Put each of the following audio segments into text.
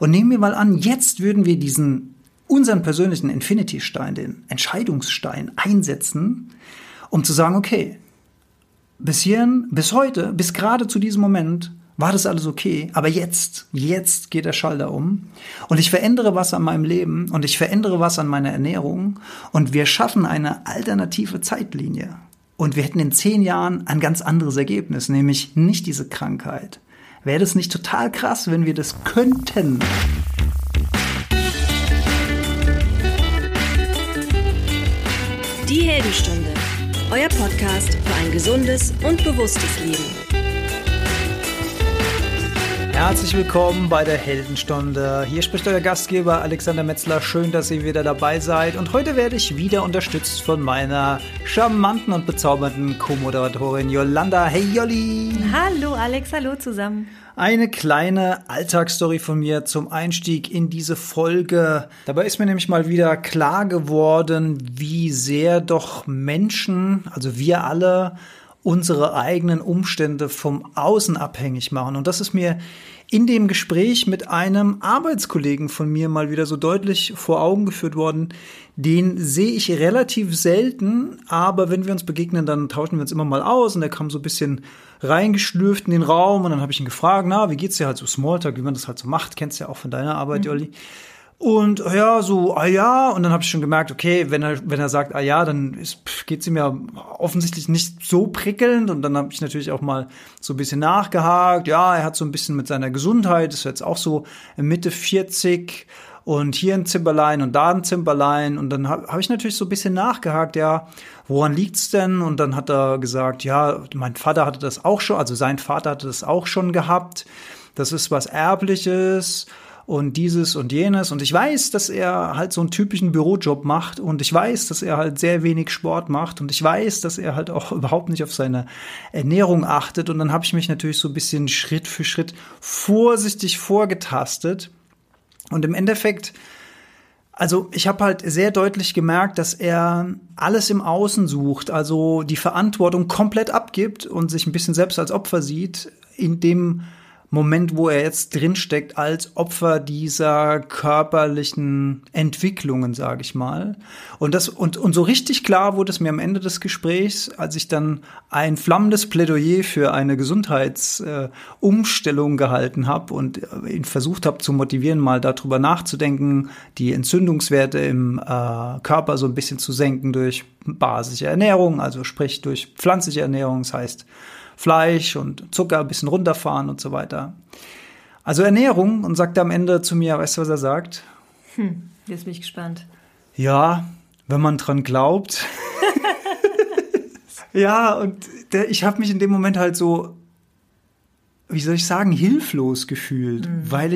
Und nehmen wir mal an, jetzt würden wir unseren persönlichen Infinity-Stein, den Entscheidungsstein einsetzen, um zu sagen, okay, bis hierhin, bis heute, bis gerade zu diesem Moment war das alles okay, aber jetzt geht der Schalter um und ich verändere was an meinem Leben und ich verändere was an meiner Ernährung und wir schaffen eine alternative Zeitlinie und wir hätten in 10 Jahren ein ganz anderes Ergebnis, nämlich nicht diese Krankheit. Wäre das nicht total krass, wenn wir das könnten? Die Heldenstunde, euer Podcast für ein gesundes und bewusstes Leben. Herzlich willkommen bei der Heldenstunde. Hier spricht euer Gastgeber Alexander Metzler. Schön, dass ihr wieder dabei seid. Und heute werde ich wieder unterstützt von meiner charmanten und bezaubernden Co-Moderatorin Jolanda. Hey Jolli! Hallo Alex, hallo zusammen. Eine kleine Alltagsstory von mir zum Einstieg in diese Folge. Dabei ist mir nämlich mal wieder klar geworden, wie sehr doch Menschen, also wir alle, unsere eigenen Umstände vom Außen abhängig machen. Und das ist mir in dem Gespräch mit einem Arbeitskollegen von mir mal wieder so deutlich vor Augen geführt worden. Den sehe ich relativ selten, aber wenn wir uns begegnen, dann tauschen wir uns immer mal aus. Und er kam so ein bisschen reingeschlürft in den Raum und dann habe ich ihn gefragt, wie geht's dir halt so Smalltalk, wie man das halt so macht, kennst du ja auch von deiner Arbeit, Jolli. Und ja, so, und dann habe ich schon gemerkt, okay, wenn er sagt, dann geht's ihm ja offensichtlich nicht so prickelnd. Und dann habe ich natürlich auch mal so ein bisschen nachgehakt. Ja, er hat so ein bisschen mit seiner Gesundheit, ist jetzt auch so Mitte 40 und hier ein Zimperlein und da ein Zimperlein. Und dann hab ich natürlich so ein bisschen nachgehakt, ja, woran liegt's denn? Und dann hat er gesagt, ja, mein Vater hatte das auch schon, also sein Vater hatte das auch schon gehabt. Das ist was Erbliches. Und dieses und jenes. Und ich weiß, dass er halt so einen typischen Bürojob macht. Und ich weiß, dass er halt sehr wenig Sport macht. Und ich weiß, dass er halt auch überhaupt nicht auf seine Ernährung achtet. Und dann habe ich mich natürlich so ein bisschen Schritt für Schritt vorsichtig vorgetastet. Und im Endeffekt, also ich habe halt sehr deutlich gemerkt, dass er alles im Außen sucht. Also die Verantwortung komplett abgibt und sich ein bisschen selbst als Opfer sieht in dem Moment, wo er jetzt drinsteckt, als Opfer dieser körperlichen Entwicklungen, sage ich mal. Und so richtig klar wurde es mir am Ende des Gesprächs, als ich dann ein flammendes Plädoyer für eine Gesundheitsumstellung gehalten habe und ihn versucht habe zu motivieren, mal darüber nachzudenken, die Entzündungswerte im Körper so ein bisschen zu senken durch basische Ernährung, also sprich durch pflanzliche Ernährung, das heißt Fleisch und Zucker ein bisschen runterfahren und so weiter. Also Ernährung, und sagt am Ende zu mir, weißt du, was er sagt? Jetzt bin ich gespannt. Ja, wenn man dran glaubt. Ja, und ich habe mich in dem Moment halt so, wie soll ich sagen, hilflos gefühlt, weil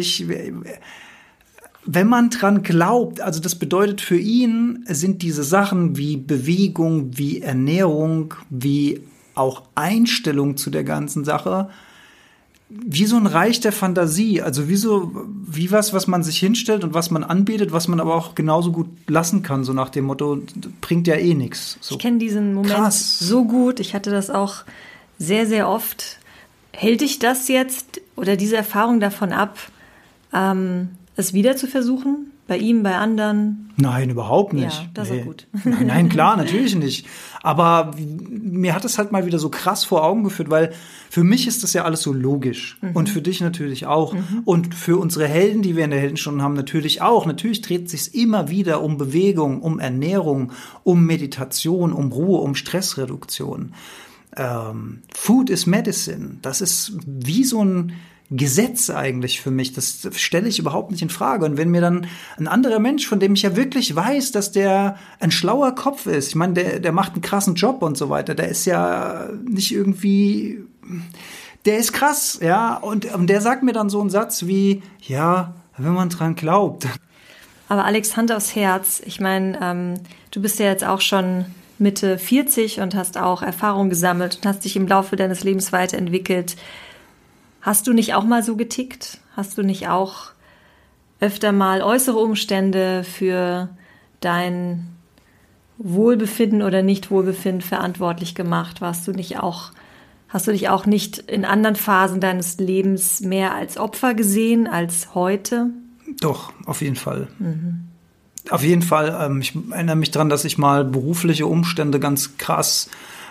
wenn man dran glaubt, also das bedeutet für ihn, sind diese Sachen wie Bewegung, wie Ernährung, wie auch Einstellung zu der ganzen Sache, wie so ein Reich der Fantasie, also wie was man sich hinstellt und was man anbietet, was man aber auch genauso gut lassen kann, so nach dem Motto, bringt ja eh nichts. So. Ich kenne diesen Moment so gut, ich hatte das auch sehr, sehr oft. Hält dich das jetzt oder diese Erfahrung davon ab, es wieder zu versuchen? Bei ihm, bei anderen? Nein, überhaupt nicht. Ja, das ist gut. Nein, klar, natürlich nicht. Aber mir hat es halt mal wieder so krass vor Augen geführt, weil für mich ist das ja alles so logisch. Und für dich natürlich auch. Und für unsere Helden, die wir in der Heldenstunde haben, natürlich auch. Natürlich dreht es sich immer wieder um Bewegung, um Ernährung, um Meditation, um Ruhe, um Stressreduktion. Food is Medicine. Das ist wie so ein Gesetz eigentlich für mich, das stelle ich überhaupt nicht in Frage. Und wenn mir dann ein anderer Mensch, von dem ich ja wirklich weiß, dass der ein schlauer Kopf ist, ich meine, der macht einen krassen Job und so weiter, der ist ja nicht irgendwie, der ist krass, ja, und der sagt mir dann so einen Satz wie, ja, wenn man dran glaubt. Aber Alex, Hand aufs Herz, ich meine, du bist ja jetzt auch schon Mitte 40 und hast auch Erfahrung gesammelt und hast dich im Laufe deines Lebens weiterentwickelt. Hast du nicht auch mal so getickt? Hast du nicht auch öfter mal äußere Umstände für dein Wohlbefinden oder Nichtwohlbefinden verantwortlich gemacht? Hast du dich auch nicht in anderen Phasen deines Lebens mehr als Opfer gesehen als heute? Doch, auf jeden Fall. Auf jeden Fall. Ich erinnere mich daran, dass ich mal berufliche Umstände ganz krass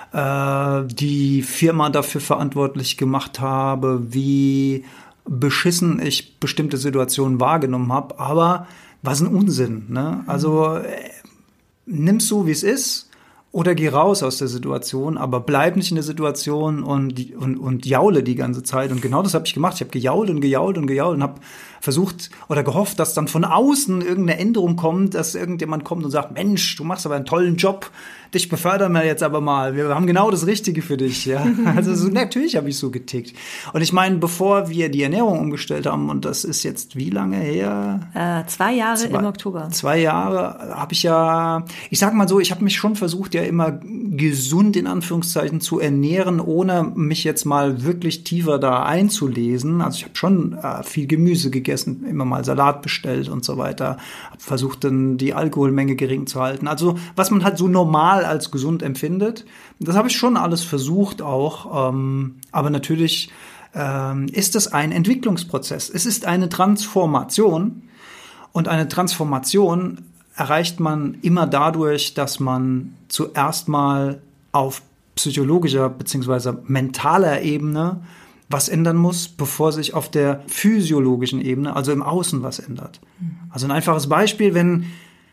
die Firma dafür verantwortlich gemacht habe, wie beschissen ich bestimmte Situationen wahrgenommen habe. Aber was ein Unsinn, ne? Also nimm's so, wie es ist. Oder geh raus aus der Situation, aber bleib nicht in der Situation und jaule die ganze Zeit. Und genau das habe ich gemacht. Ich habe gejault und habe versucht oder gehofft, dass dann von außen irgendeine Änderung kommt, dass irgendjemand kommt und sagt, Mensch, du machst aber einen tollen Job, dich befördern wir jetzt aber mal. Wir haben genau das Richtige für dich. Ja? Also natürlich habe ich so getickt. Und ich meine, bevor wir die Ernährung umgestellt haben, und das ist jetzt wie lange her? 2 Jahre im Oktober. 2 Jahre habe ich ja, ich sag mal so, ich habe mich schon versucht, ja immer gesund in Anführungszeichen zu ernähren, ohne mich jetzt mal wirklich tiefer da einzulesen. Also ich habe schon viel Gemüse gegessen, immer mal Salat bestellt und so weiter. Habe versucht, dann die Alkoholmenge gering zu halten. Also was man halt so normal als gesund empfindet, das habe ich schon alles versucht auch. Aber natürlich ist es ein Entwicklungsprozess. Es ist eine Transformation. Und eine Transformation erreicht man immer dadurch, dass man zuerst mal auf psychologischer bzw. mentaler Ebene was ändern muss, bevor sich auf der physiologischen Ebene, also im Außen, was ändert. Also ein einfaches Beispiel, wenn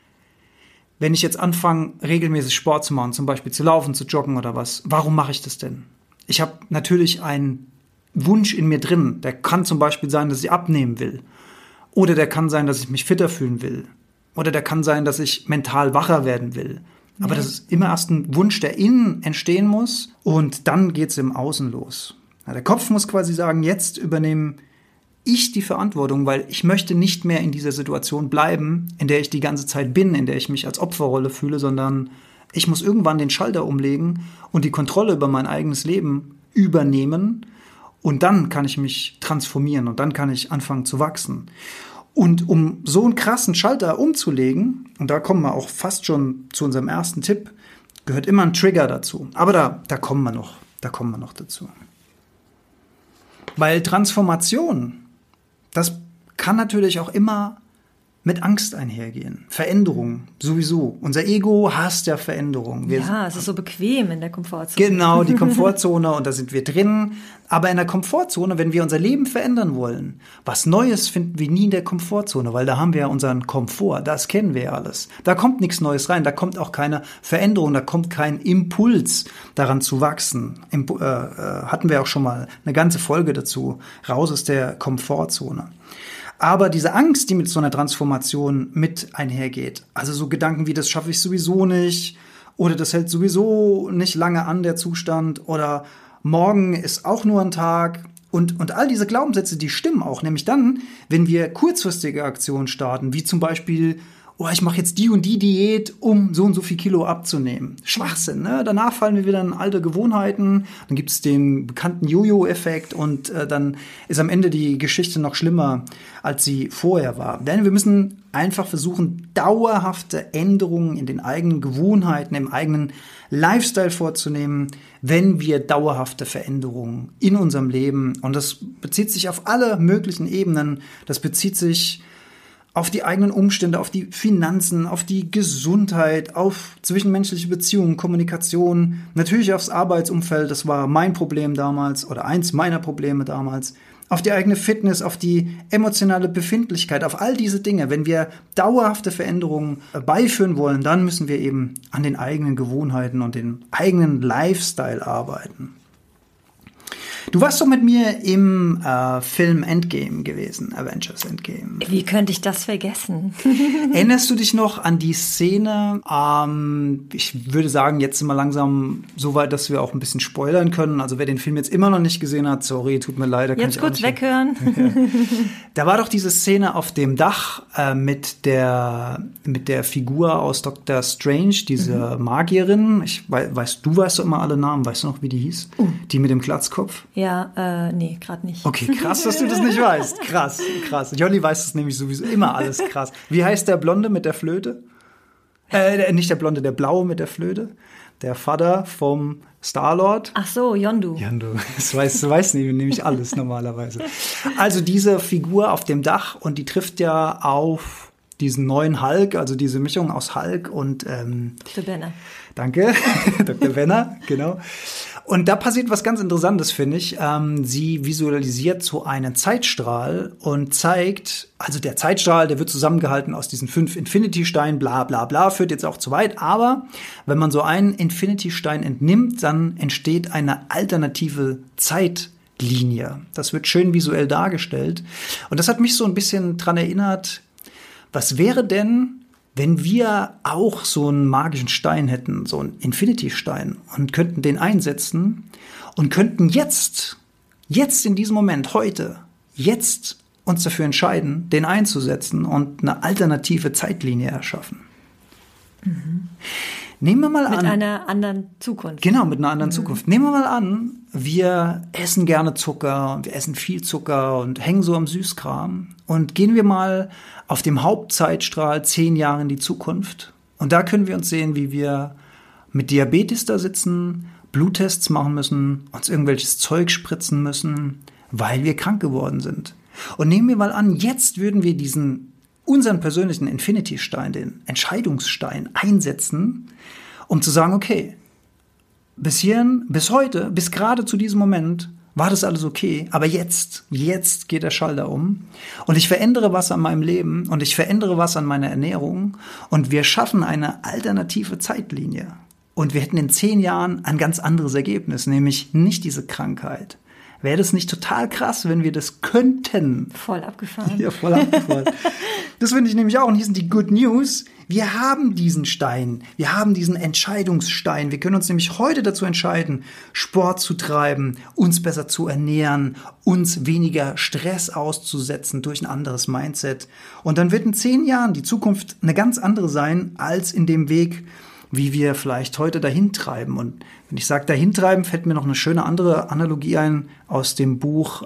ich jetzt anfange, regelmäßig Sport zu machen, zum Beispiel zu laufen, zu joggen oder was, warum mache ich das denn? Ich habe natürlich einen Wunsch in mir drin. Der kann zum Beispiel sein, dass ich abnehmen will. Oder der kann sein, dass ich mich fitter fühlen will. Oder der kann sein, dass ich mental wacher werden will. Aber das ist immer erst ein Wunsch, der innen entstehen muss. Und dann geht's im Außen los. Ja, der Kopf muss quasi sagen, jetzt übernehme ich die Verantwortung, weil ich möchte nicht mehr in dieser Situation bleiben, in der ich die ganze Zeit bin, in der ich mich als Opferrolle fühle, sondern ich muss irgendwann den Schalter umlegen und die Kontrolle über mein eigenes Leben übernehmen. Und dann kann ich mich transformieren und dann kann ich anfangen zu wachsen. Und um so einen krassen Schalter umzulegen, und da kommen wir auch fast schon zu unserem ersten Tipp, gehört immer ein Trigger dazu. Aber da kommen wir noch dazu. Weil Transformation, das kann natürlich auch immer mit Angst einhergehen. Veränderung sowieso. Unser Ego hasst ja Veränderung. Es ist so bequem in der Komfortzone. Genau, die Komfortzone, und da sind wir drin. Aber in der Komfortzone, wenn wir unser Leben verändern wollen, was Neues finden wir nie in der Komfortzone, weil da haben wir ja unseren Komfort, das kennen wir ja alles. Da kommt nichts Neues rein, da kommt auch keine Veränderung, da kommt kein Impuls, daran zu wachsen. Hatten wir auch schon mal eine ganze Folge dazu, raus aus der Komfortzone. Aber diese Angst, die mit so einer Transformation mit einhergeht, also so Gedanken wie, das schaffe ich sowieso nicht, oder das hält sowieso nicht lange an, der Zustand, oder morgen ist auch nur ein Tag, und all diese Glaubenssätze, die stimmen auch, nämlich dann, wenn wir kurzfristige Aktionen starten, wie zum Beispiel, ich mache jetzt die und die Diät, um so und so viel Kilo abzunehmen. Schwachsinn, ne? Danach fallen wir wieder in alte Gewohnheiten, dann gibt es den bekannten Jojo-Effekt und dann ist am Ende die Geschichte noch schlimmer, als sie vorher war. Denn wir müssen einfach versuchen, dauerhafte Änderungen in den eigenen Gewohnheiten, im eigenen Lifestyle vorzunehmen, wenn wir dauerhafte Veränderungen in unserem Leben, und das bezieht sich auf alle möglichen Ebenen, das bezieht sich auf die eigenen Umstände, auf die Finanzen, auf die Gesundheit, auf zwischenmenschliche Beziehungen, Kommunikation, natürlich aufs Arbeitsumfeld, das war mein Problem damals oder eins meiner Probleme damals, auf die eigene Fitness, auf die emotionale Befindlichkeit, auf all diese Dinge. Wenn wir dauerhafte Veränderungen beiführen wollen, dann müssen wir eben an den eigenen Gewohnheiten und den eigenen Lifestyle arbeiten. Du warst doch mit mir im Film Endgame gewesen, Avengers Endgame. Wie könnte ich das vergessen? Erinnerst du dich noch an die Szene? Ich würde sagen, jetzt sind wir langsam so weit, dass wir auch ein bisschen spoilern können. Also wer den Film jetzt immer noch nicht gesehen hat, sorry, tut mir leid. Jetzt kurz weghören. Da war doch diese Szene auf dem Dach mit der Figur aus Dr. Strange, diese Magierin. Du weißt doch immer alle Namen. Weißt du noch, wie die hieß? Die mit dem Glatzkopf? Ja, nee, gerade nicht. Okay, krass, dass du das nicht weißt. Krass. Johnny weiß das nämlich sowieso immer alles krass. Wie heißt der Blonde mit der Flöte? Nicht der Blonde, der Blaue mit der Flöte. Der Vater vom Star-Lord. Ach so, Yondu. Yondu, das weiß nämlich alles normalerweise. Also diese Figur auf dem Dach und die trifft ja auf diesen neuen Hulk, also diese Mischung aus Hulk und Dr. Banner. Danke, Dr. Banner, genau. Und da passiert was ganz Interessantes, finde ich. Sie visualisiert so einen Zeitstrahl und zeigt, also der Zeitstrahl, der wird zusammengehalten aus diesen 5 Infinity-Steinen, bla bla bla, führt jetzt auch zu weit. Aber wenn man so einen Infinity-Stein entnimmt, dann entsteht eine alternative Zeitlinie. Das wird schön visuell dargestellt. Und das hat mich so ein bisschen dran erinnert, was wäre denn, wenn wir auch so einen magischen Stein hätten, so einen Infinity-Stein und könnten den einsetzen und könnten jetzt in diesem Moment, heute, jetzt uns dafür entscheiden, den einzusetzen und eine alternative Zeitlinie erschaffen. Mhm. Nehmen wir mal an. Mit einer anderen Zukunft. Genau, mit einer anderen Zukunft. Nehmen wir mal an, wir essen gerne Zucker und wir essen viel Zucker und hängen so am Süßkram. Und gehen wir mal auf dem Hauptzeitstrahl 10 Jahre in die Zukunft. Und da können wir uns sehen, wie wir mit Diabetes da sitzen, Bluttests machen müssen, uns irgendwelches Zeug spritzen müssen, weil wir krank geworden sind. Und nehmen wir mal an, jetzt würden wir unseren persönlichen Infinity-Stein, den Entscheidungsstein, einsetzen, um zu sagen, okay, bis hierhin, bis heute, bis gerade zu diesem Moment war das alles okay, aber jetzt geht der Schalter um und ich verändere was an meinem Leben und ich verändere was an meiner Ernährung und wir schaffen eine alternative Zeitlinie. Und wir hätten in 10 Jahren ein ganz anderes Ergebnis, nämlich nicht diese Krankheit. Wäre das nicht total krass, wenn wir das könnten? Voll abgefahren. Ja, voll abgefahren. Das finde ich nämlich auch. Und hier sind die Good News. Wir haben diesen Stein. Wir haben diesen Entscheidungsstein. Wir können uns nämlich heute dazu entscheiden, Sport zu treiben, uns besser zu ernähren, uns weniger Stress auszusetzen durch ein anderes Mindset. Und dann wird in 10 Jahren die Zukunft eine ganz andere sein, als in dem Weg, wie wir vielleicht heute dahin treiben. Und wenn ich sage dahin treiben, fällt mir noch eine schöne andere Analogie ein aus dem Buch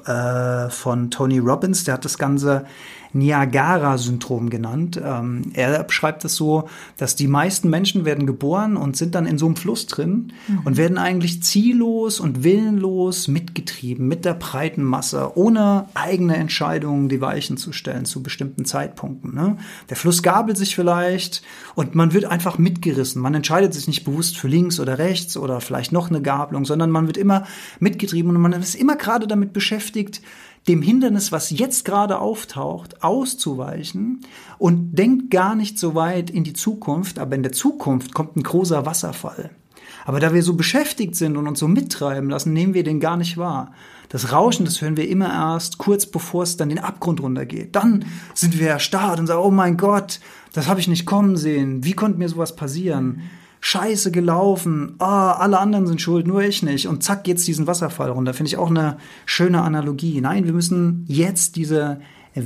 von Tony Robbins. Der hat das Ganze Niagara-Syndrom genannt. Er beschreibt es so, dass die meisten Menschen werden geboren und sind dann in so einem Fluss drin und werden eigentlich ziellos und willenlos mitgetrieben mit der breiten Masse, ohne eigene Entscheidungen die Weichen zu stellen zu bestimmten Zeitpunkten. Ne? Der Fluss gabelt sich vielleicht und man wird einfach mitgerissen. Man entscheidet sich nicht bewusst für links oder rechts oder vielleicht noch eine Gabelung, sondern man wird immer mitgetrieben und man ist immer gerade damit beschäftigt, dem Hindernis, was jetzt gerade auftaucht, auszuweichen und denkt gar nicht so weit in die Zukunft. Aber in der Zukunft kommt ein großer Wasserfall. Aber da wir so beschäftigt sind und uns so mittreiben lassen, nehmen wir den gar nicht wahr. Das Rauschen, das hören wir immer erst kurz bevor es dann den Abgrund runtergeht. Dann sind wir erstarrt und sagen, oh mein Gott, das habe ich nicht kommen sehen. Wie konnte mir sowas passieren? Scheiße gelaufen, alle anderen sind schuld, nur ich nicht. Und zack, geht's diesen Wasserfall runter. Finde ich auch eine schöne Analogie. Nein, wir müssen jetzt diese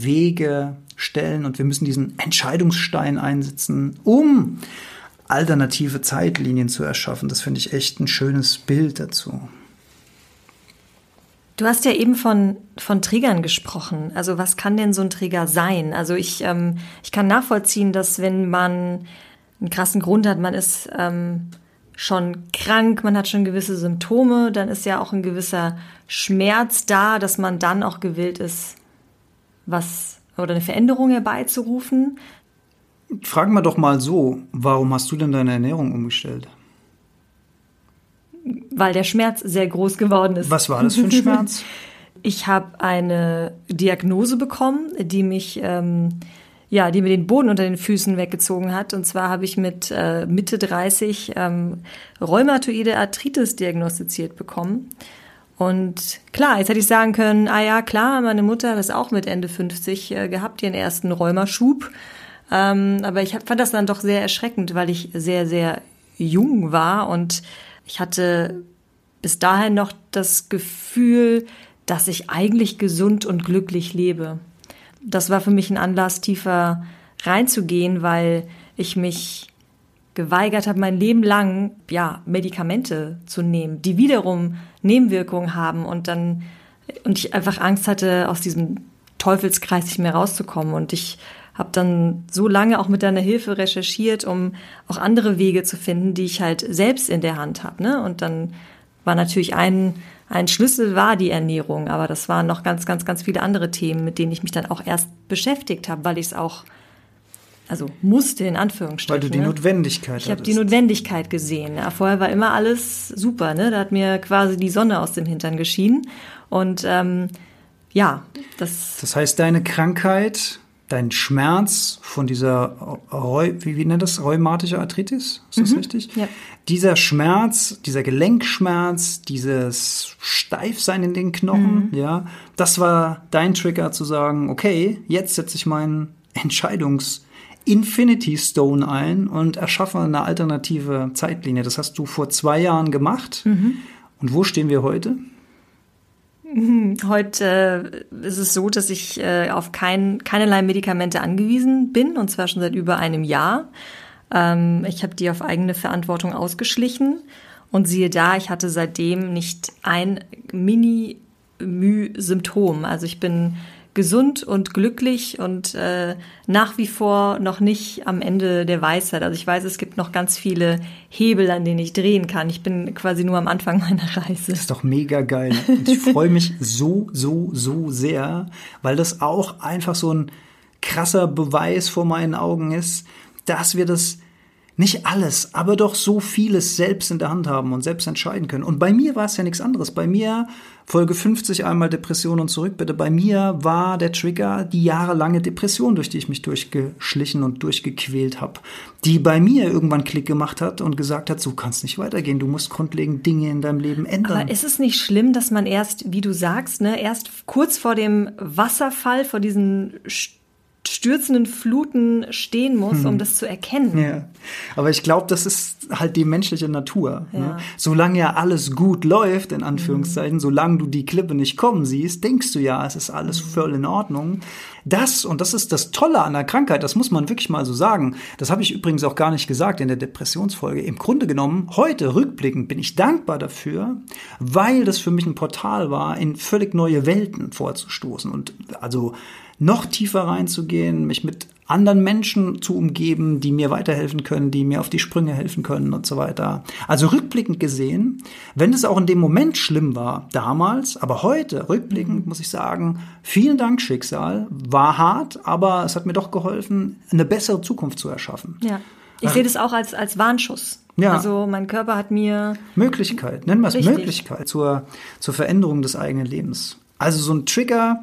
Wege stellen und wir müssen diesen Entscheidungsstein einsetzen, um alternative Zeitlinien zu erschaffen. Das finde ich echt ein schönes Bild dazu. Du hast ja eben von Triggern gesprochen. Also was kann denn so ein Trigger sein? Also ich kann nachvollziehen, dass wenn man einen krassen Grund hat, man ist schon krank, man hat schon gewisse Symptome, dann ist ja auch ein gewisser Schmerz da, dass man dann auch gewillt ist, oder eine Veränderung herbeizurufen. Fragen wir doch mal so, warum hast du denn deine Ernährung umgestellt? Weil der Schmerz sehr groß geworden ist. Was war das für ein Schmerz? Ich habe eine Diagnose bekommen, die mir den Boden unter den Füßen weggezogen hat. Und zwar habe ich mit Mitte 30 rheumatoide Arthritis diagnostiziert bekommen. Und klar, jetzt hätte ich sagen können, ja klar, meine Mutter hat das auch mit Ende 50 gehabt, ihren ersten Rheumaschub. Aber ich fand das dann doch sehr erschreckend, weil ich sehr, sehr jung war und ich hatte bis dahin noch das Gefühl, dass ich eigentlich gesund und glücklich lebe. Das war für mich ein Anlass, tiefer reinzugehen, weil ich mich geweigert habe, mein Leben lang Medikamente zu nehmen, die wiederum Nebenwirkungen haben und ich einfach Angst hatte, aus diesem Teufelskreis nicht mehr rauszukommen. Und ich habe dann so lange auch mit deiner Hilfe recherchiert, um auch andere Wege zu finden, die ich halt selbst in der Hand habe. Ne? Und dann war natürlich ein Schlüssel war die Ernährung, aber das waren noch ganz, ganz, ganz viele andere Themen, mit denen ich mich dann auch erst beschäftigt habe, weil ich es auch, also musste in Anführungsstrichen. Weil du die Notwendigkeit hattest. Ich habe die Notwendigkeit gesehen. Ja, vorher war immer alles super, ne? Da hat mir quasi die Sonne aus dem Hintern geschienen. Und das heißt, deine Krankheit, dein Schmerz von dieser, wie nennt das, rheumatische Arthritis? Ist das richtig? Ja. Dieser Schmerz, dieser Gelenkschmerz, dieses Steifsein in den Knochen, ja, das war dein Trigger zu sagen, okay, jetzt setze ich meinen Infinity Stone ein und erschaffe eine alternative Zeitlinie. Das hast du vor 2 Jahren gemacht. Und wo stehen wir heute? Heute ist es so, dass ich auf keinerlei Medikamente angewiesen bin, und zwar schon seit über einem Jahr. Ich habe die auf eigene Verantwortung ausgeschlichen und siehe da, ich hatte seitdem nicht ein Mini-Müh-Symptom. Also ich bin gesund und glücklich und nach wie vor noch nicht am Ende der Weisheit. Also ich weiß, es gibt noch ganz viele Hebel, an denen ich drehen kann. Ich bin quasi nur am Anfang meiner Reise. Das ist doch mega geil. Und ich freue mich so sehr, weil das auch einfach so ein krasser Beweis vor meinen Augen ist, dass wir das nicht alles, aber doch so vieles selbst in der Hand haben und selbst entscheiden können. Und bei mir war es ja nichts anderes. Bei mir, Folge 50, einmal Depression und zurück bitte, bei mir war der Trigger die jahrelange Depression, durch die ich mich durchgeschlichen und durchgequält habe, die bei mir irgendwann Klick gemacht hat und gesagt hat, so kannst nicht weitergehen, du musst grundlegend Dinge in deinem Leben ändern. Aber ist es nicht schlimm, dass man erst, wie du sagst, ne, erst kurz vor dem Wasserfall, vor diesen stürzenden Fluten stehen muss, um das zu erkennen? Ja, aber ich glaube, das ist halt die menschliche Natur. Ja. Ne? Solange ja alles gut läuft, in Anführungszeichen, solange du die Klippe nicht kommen siehst, denkst du ja, es ist alles voll in Ordnung. Und das ist das Tolle an der Krankheit, das muss man wirklich mal so sagen. Das habe ich übrigens auch gar nicht gesagt in der Depressionsfolge. Im Grunde genommen, heute rückblickend bin ich dankbar dafür, weil das für mich ein Portal war, in völlig neue Welten vorzustoßen und also noch tiefer reinzugehen, mich mit anderen Menschen zu umgeben, die mir weiterhelfen können, die mir auf die Sprünge helfen können und so weiter. Also rückblickend gesehen, wenn es auch in dem Moment schlimm war, damals, aber heute, rückblickend, muss ich sagen, vielen Dank, Schicksal, war hart, aber es hat mir doch geholfen, eine bessere Zukunft zu erschaffen. Ja. Ich sehe das auch als Warnschuss. Ja. Also mein Körper hat mir Möglichkeit, nennen wir es Möglichkeit zur Veränderung des eigenen Lebens. Also so ein Trigger,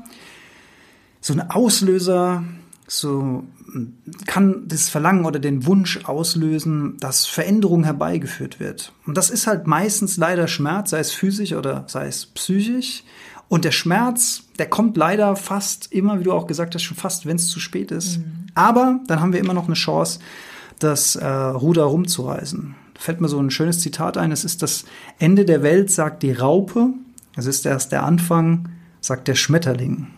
so ein Auslöser, so kann das Verlangen oder den Wunsch auslösen, dass Veränderung herbeigeführt wird. Und das ist halt meistens leider Schmerz, sei es physisch oder sei es psychisch. Und der Schmerz, der kommt leider fast immer, wie du auch gesagt hast, schon fast, wenn es zu spät ist. Aber dann haben wir immer noch eine Chance, das Ruder rumzureißen. Da fällt mir so ein schönes Zitat ein. Es ist das Ende der Welt, sagt die Raupe. Es ist erst der Anfang, sagt der Schmetterling.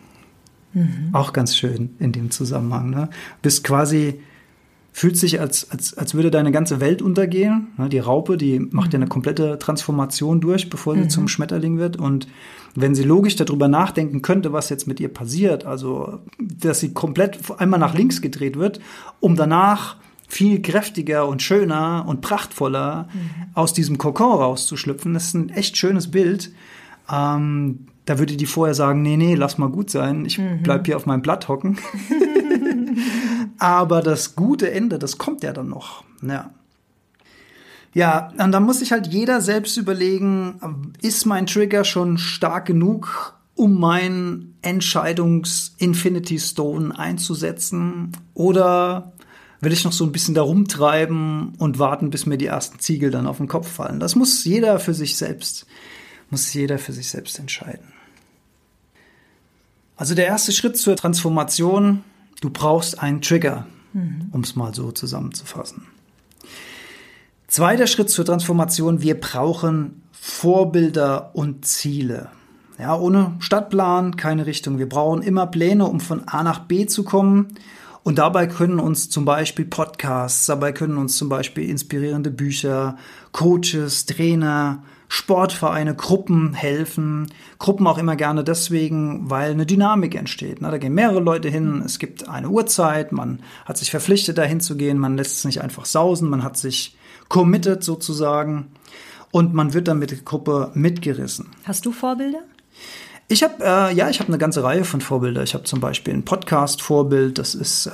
Auch ganz schön in dem Zusammenhang. Ne? Bist quasi, fühlt sich als würde deine ganze Welt untergehen. Ne? Die Raupe, die macht ja eine komplette Transformation durch, bevor sie zum Schmetterling wird. Und wenn sie logisch darüber nachdenken könnte, was jetzt mit ihr passiert, also dass sie komplett einmal nach links gedreht wird, um danach viel kräftiger und schöner und prachtvoller aus diesem Kokon rauszuschlüpfen, das ist ein echt schönes Bild. Da würde die vorher sagen, nee, lass mal gut sein, ich bleib hier auf meinem Blatt hocken. Aber das gute Ende, das kommt ja dann noch. Ja, und dann muss sich halt jeder selbst überlegen, ist mein Trigger schon stark genug, um meinen Entscheidungs-Infinity Stone einzusetzen? Oder will ich noch so ein bisschen da rumtreiben und warten, bis mir die ersten Ziegel dann auf den Kopf fallen? Das muss jeder für sich selbst entscheiden. Also der erste Schritt zur Transformation, du brauchst einen Trigger, um es mal so zusammenzufassen. Zweiter Schritt zur Transformation, wir brauchen Vorbilder und Ziele. Ja, ohne Stadtplan, keine Richtung. Wir brauchen immer Pläne, um von A nach B zu kommen. Und dabei können uns zum Beispiel Podcasts, dabei können uns zum Beispiel inspirierende Bücher, Coaches, Trainer, Sportvereine, Gruppen helfen. Gruppen auch immer gerne deswegen, weil eine Dynamik entsteht. Da gehen mehrere Leute hin, es gibt eine Uhrzeit, man hat sich verpflichtet, dahin zu gehen, man lässt es nicht einfach sausen, man hat sich committed sozusagen. und man wird dann mit der Gruppe mitgerissen. Hast du Vorbilder? Ich habe eine ganze Reihe von Vorbildern. Ich habe zum Beispiel ein Podcast-Vorbild, das ist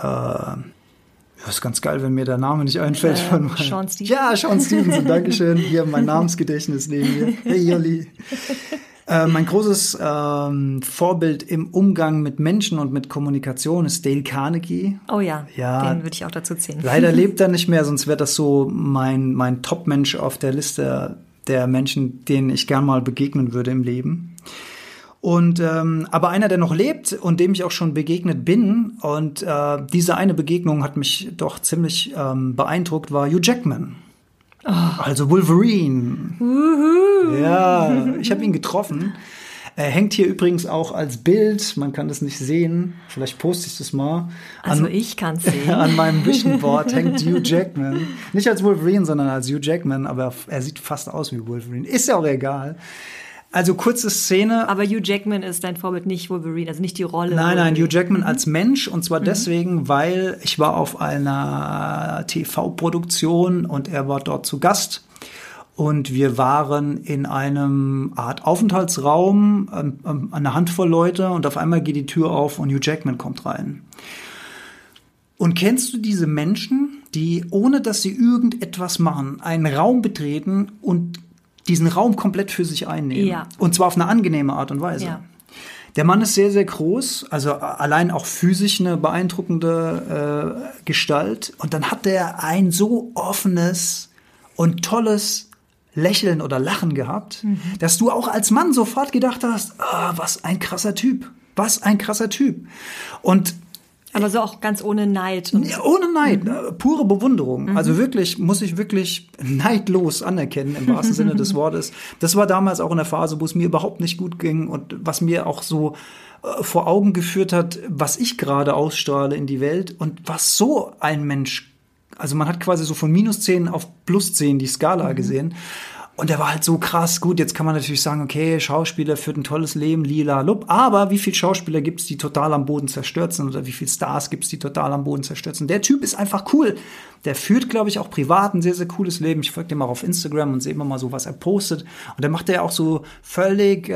ganz geil, wenn mir der Name nicht einfällt. Sean Stevenson. Ja, Sean Stevenson, Dankeschön. Hier mein Namensgedächtnis neben mir. Hey, Jolli. Mein großes Vorbild im Umgang mit Menschen und mit Kommunikation ist Dale Carnegie. Oh ja, ja, den würde ich auch dazu zählen. Leider lebt er nicht mehr, sonst wäre das so mein Top-Mensch auf der Liste der Menschen, denen ich gern mal begegnen würde im Leben. Und aber einer, der noch lebt und dem ich auch schon begegnet bin, und diese eine Begegnung hat mich doch ziemlich beeindruckt, war Hugh Jackman. Oh. Also Wolverine. Ja, ich habe ihn getroffen. Er hängt hier übrigens auch als Bild, man kann das nicht sehen, vielleicht poste ich das mal. Also ich kann es sehen. An meinem Vision Board hängt Hugh Jackman. Nicht als Wolverine, sondern als Hugh Jackman, aber er sieht fast aus wie Wolverine. Ist ja auch egal. Also kurze Szene. Aber Hugh Jackman ist dein Vorbild, nicht Wolverine, also nicht die Rolle. Nein, Hugh Jackman als Mensch, und zwar deswegen, weil ich war auf einer TV-Produktion und er war dort zu Gast. Und wir waren in einem Art Aufenthaltsraum, eine Handvoll Leute, und auf einmal geht die Tür auf und Hugh Jackman kommt rein. Und kennst du diese Menschen, die, ohne dass sie irgendetwas machen, einen Raum betreten und diesen Raum komplett für sich einnehmen? Ja. Und zwar auf eine angenehme Art und Weise. Ja. Der Mann ist sehr, sehr groß, also allein auch physisch eine beeindruckende Gestalt. Und dann hat er ein so offenes und tolles Lächeln oder Lachen gehabt, dass du auch als Mann sofort gedacht hast, was ein krasser Typ, was ein krasser Typ. Und aber so auch ganz ohne Neid. Ohne Neid, pure Bewunderung. Also wirklich, muss ich wirklich neidlos anerkennen, im wahrsten Sinne des Wortes. Das war damals auch in der Phase, wo es mir überhaupt nicht gut ging und was mir auch so vor Augen geführt hat, was ich gerade ausstrahle in die Welt und was so ein Mensch, also man hat quasi so von -10 auf +10 die Skala gesehen. Und der war halt so krass. Gut, jetzt kann man natürlich sagen, okay, Schauspieler führt ein tolles Leben, lila, lup. Aber wie viele Schauspieler gibt's, die total am Boden zerstört sind? Oder wie viele Stars gibt's, die total am Boden zerstört sind? Der Typ ist einfach cool. Der führt, glaube ich, auch privat ein sehr, sehr cooles Leben. Ich folge dem auch auf Instagram und sehe immer mal so, was er postet. Und der macht ja auch so völlig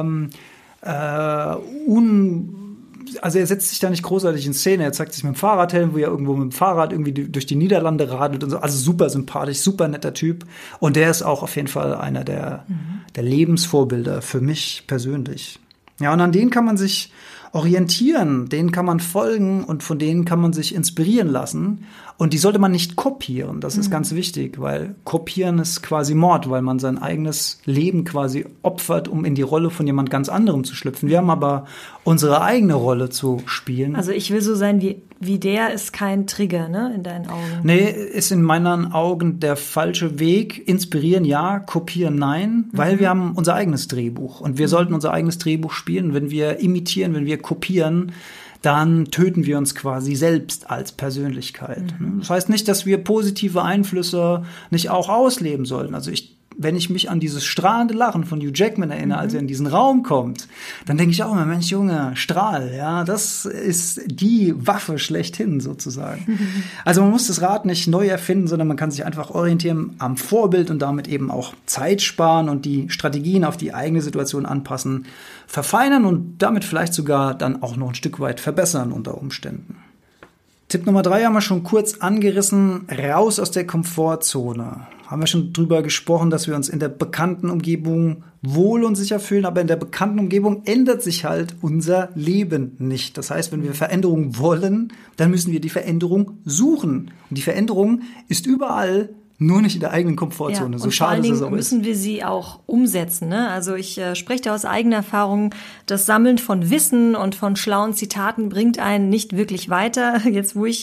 also er setzt sich da nicht großartig in Szene. Er zeigt sich mit dem Fahrradhelm, wo er irgendwo mit dem Fahrrad irgendwie durch die Niederlande radelt und so. Also super sympathisch, super netter Typ. Und der ist auch auf jeden Fall einer der Lebensvorbilder für mich persönlich. Ja, und an denen kann man sich orientieren, denen kann man folgen und von denen kann man sich inspirieren lassen. Und die sollte man nicht kopieren, das ist ganz wichtig, weil kopieren ist quasi Mord, weil man sein eigenes Leben quasi opfert, um in die Rolle von jemand ganz anderem zu schlüpfen. Wir haben aber unsere eigene Rolle zu spielen. Also ich will so sein wie der, ist kein Trigger, ne, in deinen Augen? Nee, ist in meinen Augen der falsche Weg. Inspirieren ja, kopieren nein, weil wir haben unser eigenes Drehbuch und wir sollten unser eigenes Drehbuch spielen. Wenn wir imitieren, wenn wir kopieren, dann töten wir uns quasi selbst als Persönlichkeit. Das heißt nicht, dass wir positive Einflüsse nicht auch ausleben sollten. Also wenn ich mich an dieses strahlende Lachen von Hugh Jackman erinnere, als er in diesen Raum kommt, dann denke ich auch immer, Mensch, Junge, Strahl, ja, das ist die Waffe schlechthin sozusagen. Also man muss das Rad nicht neu erfinden, sondern man kann sich einfach orientieren am Vorbild und damit eben auch Zeit sparen und die Strategien auf die eigene Situation anpassen, verfeinern und damit vielleicht sogar dann auch noch ein Stück weit verbessern unter Umständen. Tipp Nummer 3 haben wir schon kurz angerissen, raus aus der Komfortzone. Haben wir schon drüber gesprochen, dass wir uns in der bekannten Umgebung wohl und sicher fühlen, aber in der bekannten Umgebung ändert sich halt unser Leben nicht. Das heißt, wenn wir Veränderung wollen, dann müssen wir die Veränderung suchen. Und die Veränderung ist überall, nur nicht in der eigenen Komfortzone. Ja, so schade es auch ist. Vor allen Dingen müssen wir sie auch umsetzen. Ne? Also ich spreche da aus eigener Erfahrung, das Sammeln von Wissen und von schlauen Zitaten bringt einen nicht wirklich weiter. Jetzt, wo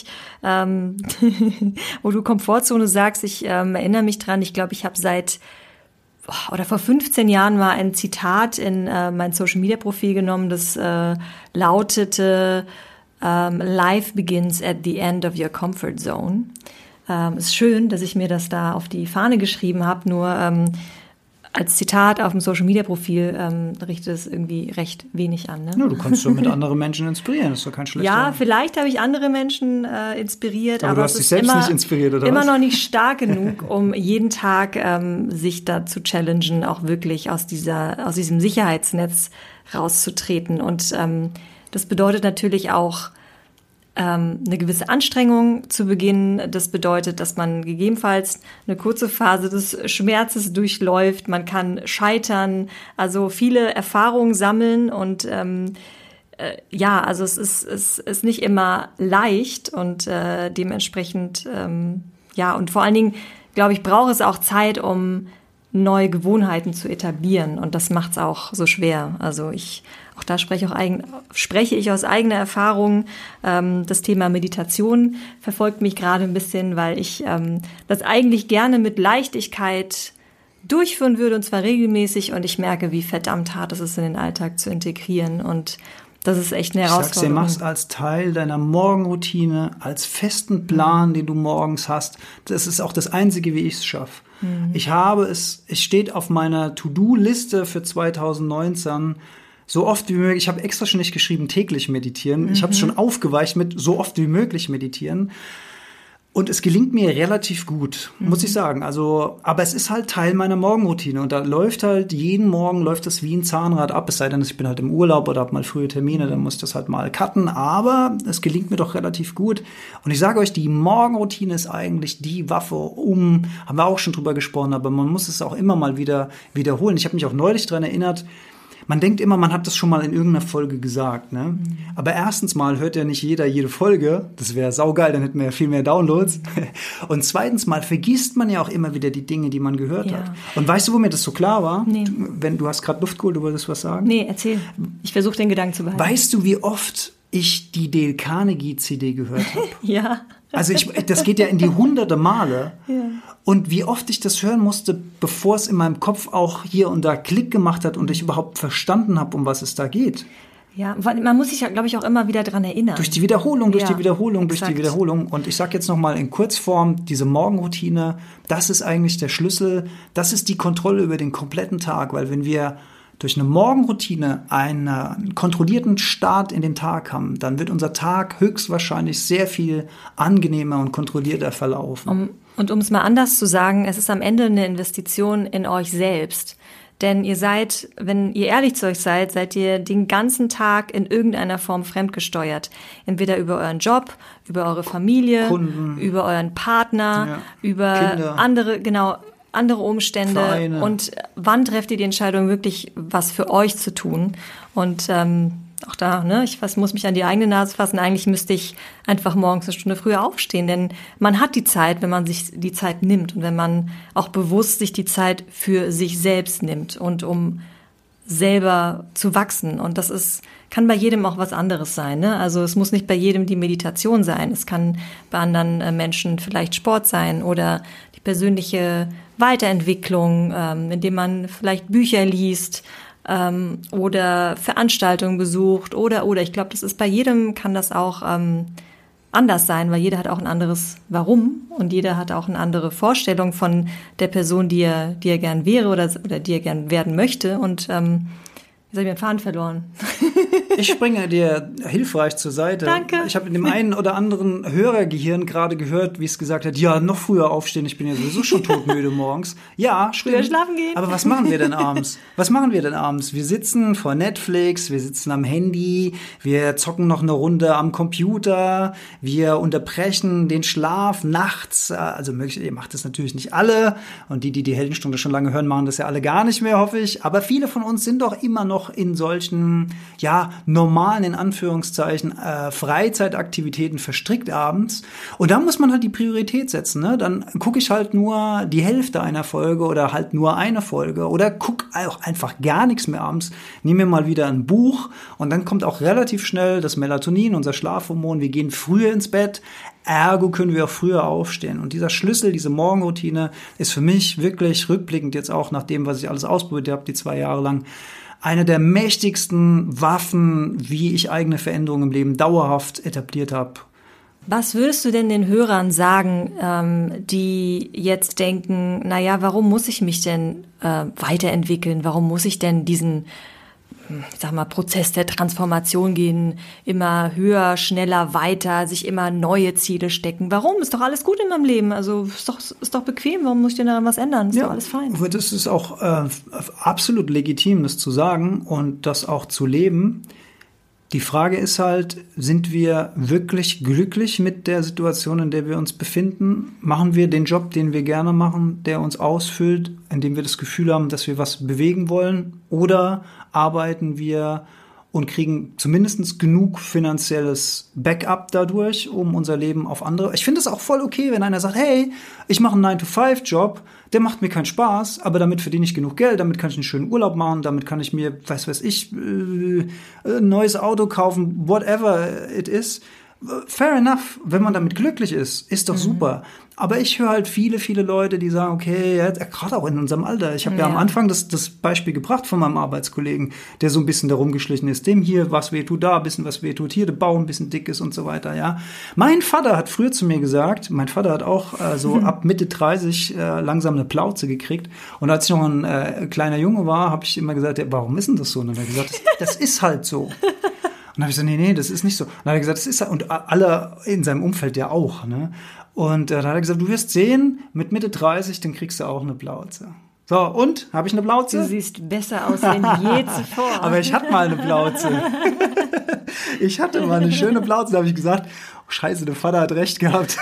wo du Komfortzone sagst, ich erinnere mich dran, ich glaube, ich habe vor 15 Jahren mal ein Zitat in mein Social-Media-Profil genommen, das lautete, Life begins at the end of your comfort zone. Ist schön, dass ich mir das da auf die Fahne geschrieben habe, nur als Zitat auf dem Social-Media-Profil richtet es irgendwie recht wenig an. Ne? Ja, du kannst doch mit anderen Menschen inspirieren, das ist doch kein schlechter... Ja, vielleicht habe ich andere Menschen inspiriert, aber du hast dich selbst nicht inspiriert, oder immer was? noch nicht stark genug, um jeden Tag sich da zu challengen, auch wirklich aus diesem Sicherheitsnetz rauszutreten. Und das bedeutet natürlich auch, eine gewisse Anstrengung zu Beginn. Das bedeutet, dass man gegebenenfalls eine kurze Phase des Schmerzes durchläuft. Man kann scheitern, also viele Erfahrungen sammeln und also es ist nicht immer leicht und dementsprechend und vor allen Dingen, glaube ich, braucht es auch Zeit, um neue Gewohnheiten zu etablieren und das macht es auch so schwer. Also auch da spreche ich aus eigener Erfahrung. Das Thema Meditation verfolgt mich gerade ein bisschen, weil ich das eigentlich gerne mit Leichtigkeit durchführen würde und zwar regelmäßig und ich merke, wie verdammt hart es ist, in den Alltag zu integrieren und das ist echt eine Herausforderung. Ich sag's dir, machst als Teil deiner Morgenroutine, als festen Plan, den du morgens hast. Das ist auch das Einzige, wie ich es schaffe. Es steht auf meiner To-Do-Liste für 2019 so oft wie möglich. Ich habe extra schon nicht geschrieben, täglich meditieren. Ich habe es schon aufgeweicht mit so oft wie möglich meditieren. Und es gelingt mir relativ gut, muss ich sagen. Also, aber es ist halt Teil meiner Morgenroutine. Und da läuft halt, jeden Morgen läuft das wie ein Zahnrad ab. Es sei denn, ich bin halt im Urlaub oder habe mal frühe Termine, dann muss ich das halt mal cutten. Aber es gelingt mir doch relativ gut. Und ich sage euch, die Morgenroutine ist eigentlich die Waffe, haben wir auch schon drüber gesprochen, aber man muss es auch immer mal wieder wiederholen. Ich habe mich auch neulich daran erinnert, man denkt immer, man hat das schon mal in irgendeiner Folge gesagt, ne? Aber erstens mal hört ja nicht jeder jede Folge. Das wäre saugeil, dann hätten wir ja viel mehr Downloads. Und zweitens mal vergisst man ja auch immer wieder die Dinge, die man gehört hat. Und weißt du, wo mir das so klar war? Nee. Du hast gerade Luft geholt, du wolltest was sagen? Nee, erzähl. Ich versuche den Gedanken zu behalten. Weißt du, wie oft ich die Dale Carnegie CD gehört habe? Ja. Also das geht ja in die hunderte Male. Ja. Und wie oft ich das hören musste, bevor es in meinem Kopf auch hier und da Klick gemacht hat und ich überhaupt verstanden habe, um was es da geht. Ja, man muss sich ja, glaube ich, auch immer wieder dran erinnern. Durch die Wiederholung, durch Ja, die Wiederholung, durch exakt. die Wiederholung. Und ich sage jetzt nochmal in Kurzform, diese Morgenroutine, das ist eigentlich der Schlüssel. Das ist die Kontrolle über den kompletten Tag. Weil wenn wir durch eine Morgenroutine einen kontrollierten Start in den Tag haben, dann wird unser Tag höchstwahrscheinlich sehr viel angenehmer und kontrollierter verlaufen. Um es mal anders zu sagen, es ist am Ende eine Investition in euch selbst. Denn wenn ihr ehrlich zu euch seid ihr den ganzen Tag in irgendeiner Form fremdgesteuert. Entweder über euren Job, über eure Familie, Kunden, über euren Partner, über Kinder. andere Umstände. Vereine. Und wann trefft ihr die Entscheidung, wirklich was für euch zu tun? Und auch da, ich muss mich an die eigene Nase fassen. Eigentlich müsste ich einfach morgens eine Stunde früher aufstehen, denn man hat die Zeit, wenn man sich die Zeit nimmt und wenn man auch bewusst sich die Zeit für sich selbst nimmt und um selber zu wachsen. Und das kann bei jedem auch was anderes sein, ne? Also es muss nicht bei jedem die Meditation sein. Es kann bei anderen Menschen vielleicht Sport sein oder die persönliche Weiterentwicklung, indem man vielleicht Bücher liest, oder Veranstaltungen besucht oder ich glaube, das ist bei jedem, kann das auch anders sein, weil jeder hat auch ein anderes Warum und jeder hat auch eine andere Vorstellung von der Person, die er gern wäre oder die er gern werden möchte und jetzt habe ich den Faden verloren. Ich springe dir hilfreich zur Seite. Danke. Ich habe in dem einen oder anderen Hörergehirn gerade gehört, wie es gesagt hat, ja, noch früher aufstehen, ich bin ja sowieso schon todmüde morgens. Ja, stimmt. Früher schlafen gehen. Aber was machen wir denn abends? Wir sitzen vor Netflix, wir sitzen am Handy, wir zocken noch eine Runde am Computer, wir unterbrechen den Schlaf nachts. Also ihr macht das natürlich nicht alle und die Heldenstunde schon lange hören, machen das ja alle gar nicht mehr, hoffe ich. Aber viele von uns sind doch immer noch in solchen, normalen, in Anführungszeichen, Freizeitaktivitäten verstrickt abends. Und da muss man halt die Priorität setzen, ne? Dann gucke ich halt nur die Hälfte einer Folge oder halt nur eine Folge oder guck auch einfach gar nichts mehr abends. Nehme mir mal wieder ein Buch und dann kommt auch relativ schnell das Melatonin, unser Schlafhormon. Wir gehen früher ins Bett. Ergo können wir auch früher aufstehen. Und dieser Schlüssel, diese Morgenroutine ist für mich wirklich rückblickend jetzt auch nach dem, was ich alles ausprobiert habe, die 2 Jahre lang, eine der mächtigsten Waffen, wie ich eigene Veränderungen im Leben dauerhaft etabliert habe. Was würdest du denn den Hörern sagen, die jetzt denken, naja, warum muss ich mich denn weiterentwickeln? Warum muss ich denn diesen, ich sag mal, Prozess der Transformation gehen, immer höher, schneller, weiter, sich immer neue Ziele stecken? Warum? Ist doch alles gut in meinem Leben. Also ist doch bequem. Warum muss ich denn daran was ändern? Ist doch alles fein. Das ist auch absolut legitim, das zu sagen und das auch zu leben. Die Frage ist halt, sind wir wirklich glücklich mit der Situation, in der wir uns befinden? Machen wir den Job, den wir gerne machen, der uns ausfüllt, indem wir das Gefühl haben, dass wir was bewegen wollen? Oder arbeiten wir und kriegen zumindest genug finanzielles Backup dadurch, um unser Leben auf andere... Ich finde es auch voll okay, wenn einer sagt, hey, ich mache einen 9-to-5-Job, der macht mir keinen Spaß, aber damit verdiene ich genug Geld, damit kann ich einen schönen Urlaub machen, damit kann ich mir, ein neues Auto kaufen, whatever it is. Fair enough, wenn man damit glücklich ist doch super. Aber ich höre halt viele Leute, die sagen, okay, ja, gerade auch in unserem Alter. Ich habe ja am Anfang das Beispiel gebracht von meinem Arbeitskollegen, der so ein bisschen da rumgeschlichen ist. Dem hier was wehtut, da ein bisschen was wehtut, hier der Bauch ein bisschen dick ist und so weiter, ja. Mein Vater hat früher zu mir gesagt, mein Vater hat auch so ab Mitte 30 langsam eine Plauze gekriegt. Und als ich noch ein kleiner Junge war, habe ich immer gesagt, ja, warum ist denn das so? Und dann hat er gesagt, das ist halt so. Und dann habe ich gesagt, nee, das ist nicht so. Und dann hat er gesagt, das ist, und alle in seinem Umfeld ja auch, ne? Und dann hat er gesagt, du wirst sehen, mit Mitte 30, dann kriegst du auch eine Plauze. So, und? Habe ich eine Plauze? Du siehst besser aus denn je zuvor. Aber ich hatte mal eine Plauze. Ich hatte mal eine schöne Plauze, da habe ich gesagt, oh, scheiße, der Vater hat recht gehabt.